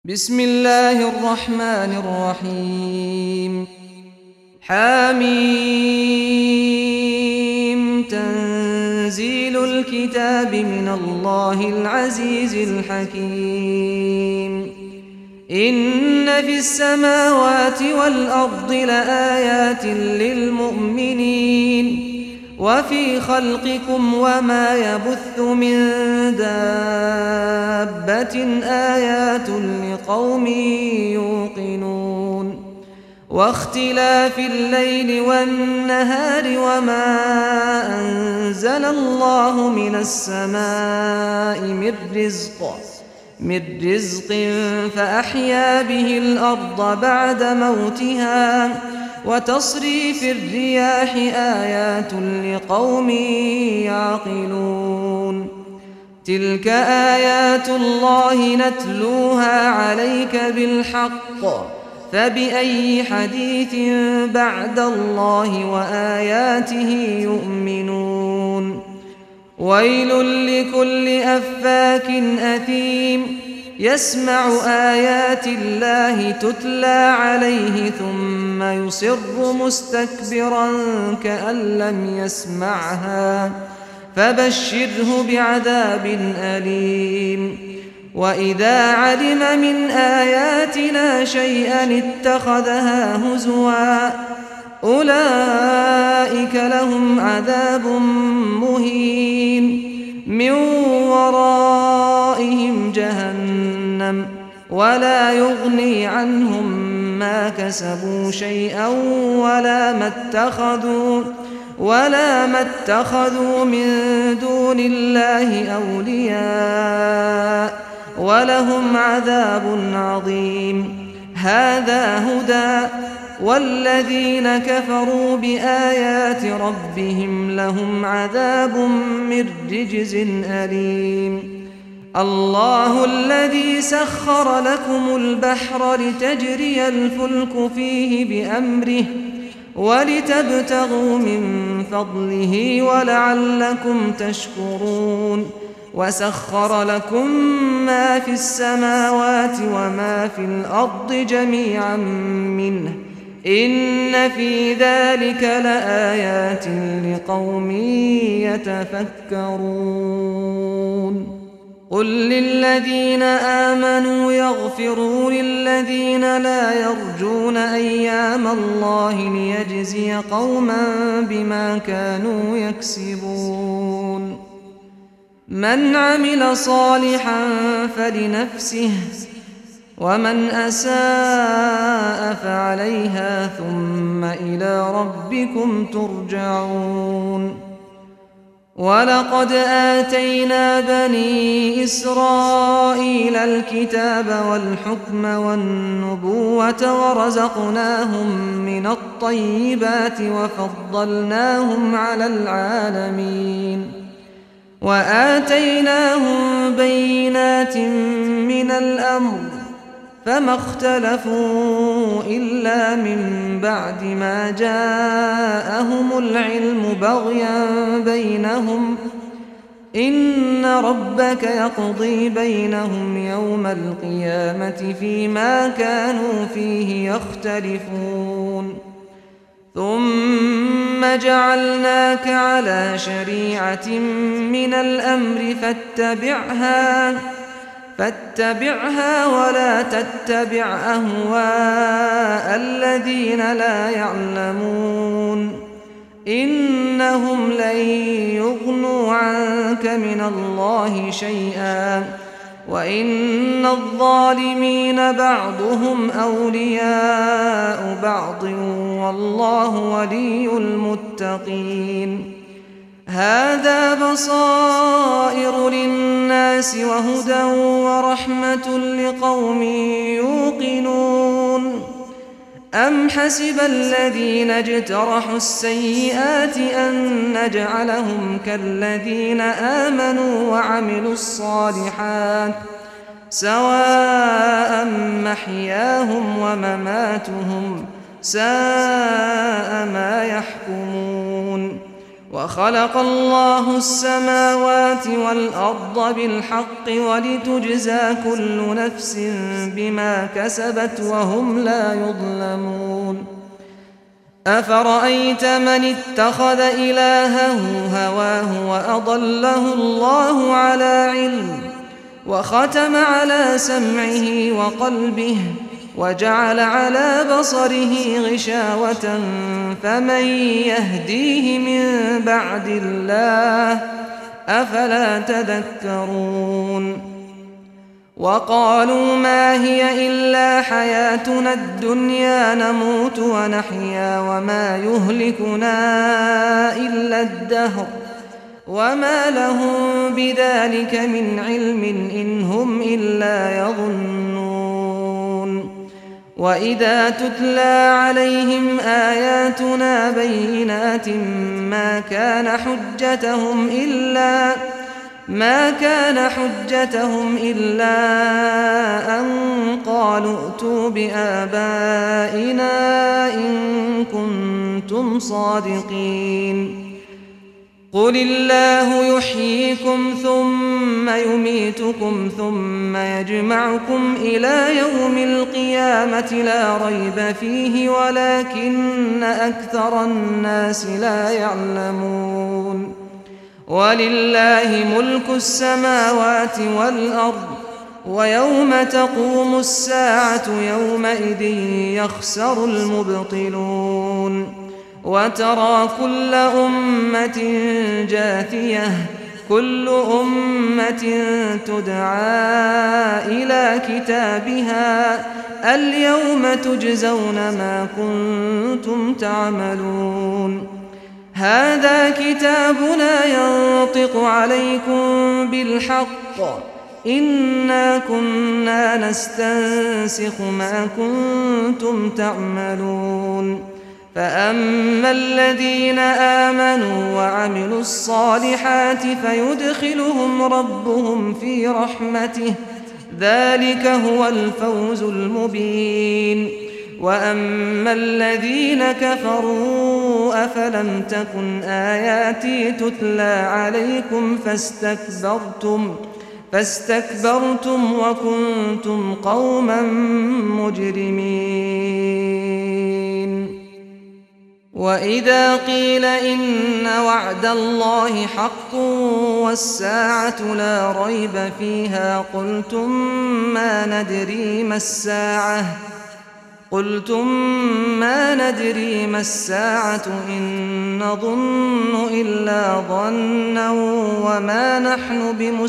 بسم الله الرحمن الرحيم حميم تنزيل الكتاب من الله العزيز الحكيم إن في السماوات والأرض لآيات للمؤمنين وفي خلقكم وما يبث من دابة آيات لقوم يوقنون واختلاف الليل والنهار وما أنزل الله من السماء من رزق فأحيا به الأرض بعد موتها وتصريف الرياح آيات لقوم يعقلون تلك آيات الله نتلوها عليك بالحق فبأي حديث بعد الله وآياته يؤمنون ويل لكل أفاك أثيم يسمع آيات الله تتلى عليه ثم يصر مستكبرا كأن لم يسمعها فبشره بعذاب أليم وإذا علم من آياتنا شيئا اتخذها هزوا أولئك لهم عذاب مهين من ورائهم جهنم ولا يغني عنهم ما كسبوا شيئا ولا ما اتخذوا من دون الله أولياء ولهم عذاب عظيم هذا هدى والذين كفروا بآيات ربهم لهم عذاب من رجز أليم الله الذي سخر لكم البحر لتجري الفلك فيه بأمره ولتبتغوا من فضله ولعلكم تشكرون وسخر لكم ما في السماوات وما في الأرض جميعا منه إن في ذلك لآيات لقوم يتفكرون قل للذين آمنوا يغفروا للذين لا يرجون أيام الله ليجزي قوما بما كانوا يكسبون من عمل صالحا فلنفسه ومن أساء فعليها ثم إلى ربكم ترجعون ولقد آتينا بني إسرائيل الكتاب والحكم والنبوة ورزقناهم من الطيبات وفضلناهم على العالمين وآتيناهم بينات من الأمر فما اختلفوا إلا من بعد ما جاءهم العلم بغيا بينهم إن ربك يقضي بينهم يوم القيامة فيما كانوا فيه يختلفون ثم جعلناك على شريعة من الأمر فاتبعها ولا تتبع أهواء الذين لا يعلمون إنهم لن يغنوا عنك من الله شيئا وإن الظالمين بعضهم أولياء بعض والله ولي المتقين هذا بصائر للناس وهدى ورحمة لقوم يوقنون أم حسب الذين اجترحوا السيئات أن نجعلهم كالذين آمنوا وعملوا الصالحات سواء محياهم ومماتهم ساء ما يحكمون وخلق الله السماوات والأرض بالحق ولتجزى كل نفس بما كسبت وهم لا يظلمون أفرأيت من اتخذ إلهه هواه وأضله الله على علم وختم على سمعه وقلبه وجعل على بصره غشاوة فمن يهديه من بعد الله أفلا تذكرون وقالوا ما هي إلا حياتنا الدنيا نموت ونحيا وما يهلكنا إلا الدهر وما لهم بذلك من علم إن هم إلا يظنون وإذا تتلى عليهم آياتنا بينات ما كان حجتهم إلا أن قالوا ائتوا بآبائنا إن كنتم صادقين قل الله يحييكم ثم يميتكم ثم يجمعكم إلى يوم القيامة لا ريب فيه ولكن أكثر الناس لا يعلمون ولله ملك السماوات والأرض ويوم تقوم الساعة يومئذ يخسر المبطلون وترى كل أمة جاثية كل أمة تدعى إلى كتابها اليوم تجزون ما كنتم تعملون هذا كتابنا ينطق عليكم بالحق إنا كنا نستنسخ ما كنتم تعملون فأما الذين آمنوا وعملوا الصالحات فيدخلهم ربهم في رحمته ذلك هو الفوز المبين وأما الذين كفروا أفلم تكن آياتي تتلى عليكم فاستكبرتم وكنتم قوما مجرمين وإذا قيل إن وعد الله حق والساعة لا ريب فيها قلتم ما ندري ما الساعة إن نظن إلا ظنا وما نحن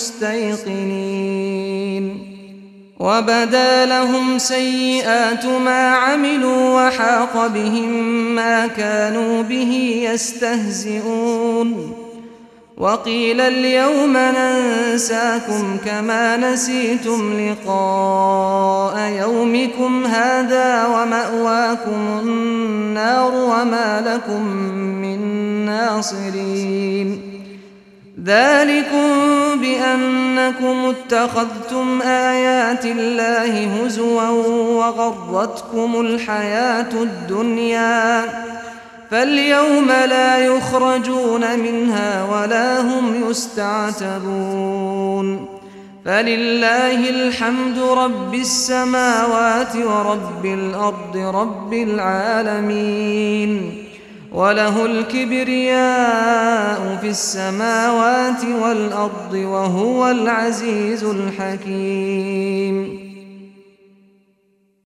بمستيقنين وبدا لهم سيئات ما عملوا وحاق بهم ما كانوا به يستهزئون وقيل اليوم ننساكم كما نسيتم لقاء يومكم هذا ومأواكم النار وما لكم من ناصرين ذلكم بأنكم اتخذتم آيات الله هزوا وغرتكم الحياة الدنيا فاليوم لا يخرجون منها ولا هم يستعتبون فلله الحمد رب السماوات ورب الأرض رب العالمين وله الكبرياء في السماوات والأرض وهو العزيز الحكيم